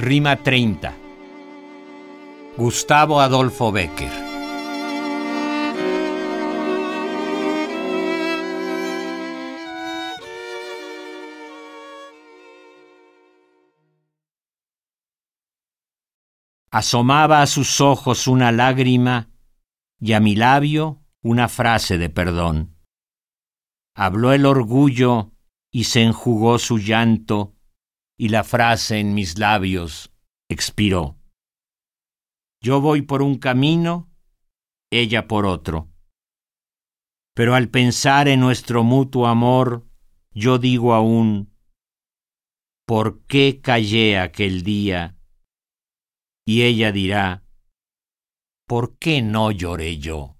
Rima 30. Gustavo Adolfo Bécquer. Asomaba a sus ojos una lágrima y a mi labio una frase de perdón. Habló el orgullo y se enjugó su llanto, y la frase en mis labios expiró. Yo voy por un camino, ella por otro. Pero al pensar en nuestro mutuo amor, yo digo aún, ¿por qué callé aquel día? Y ella dirá, ¿por qué no lloré yo?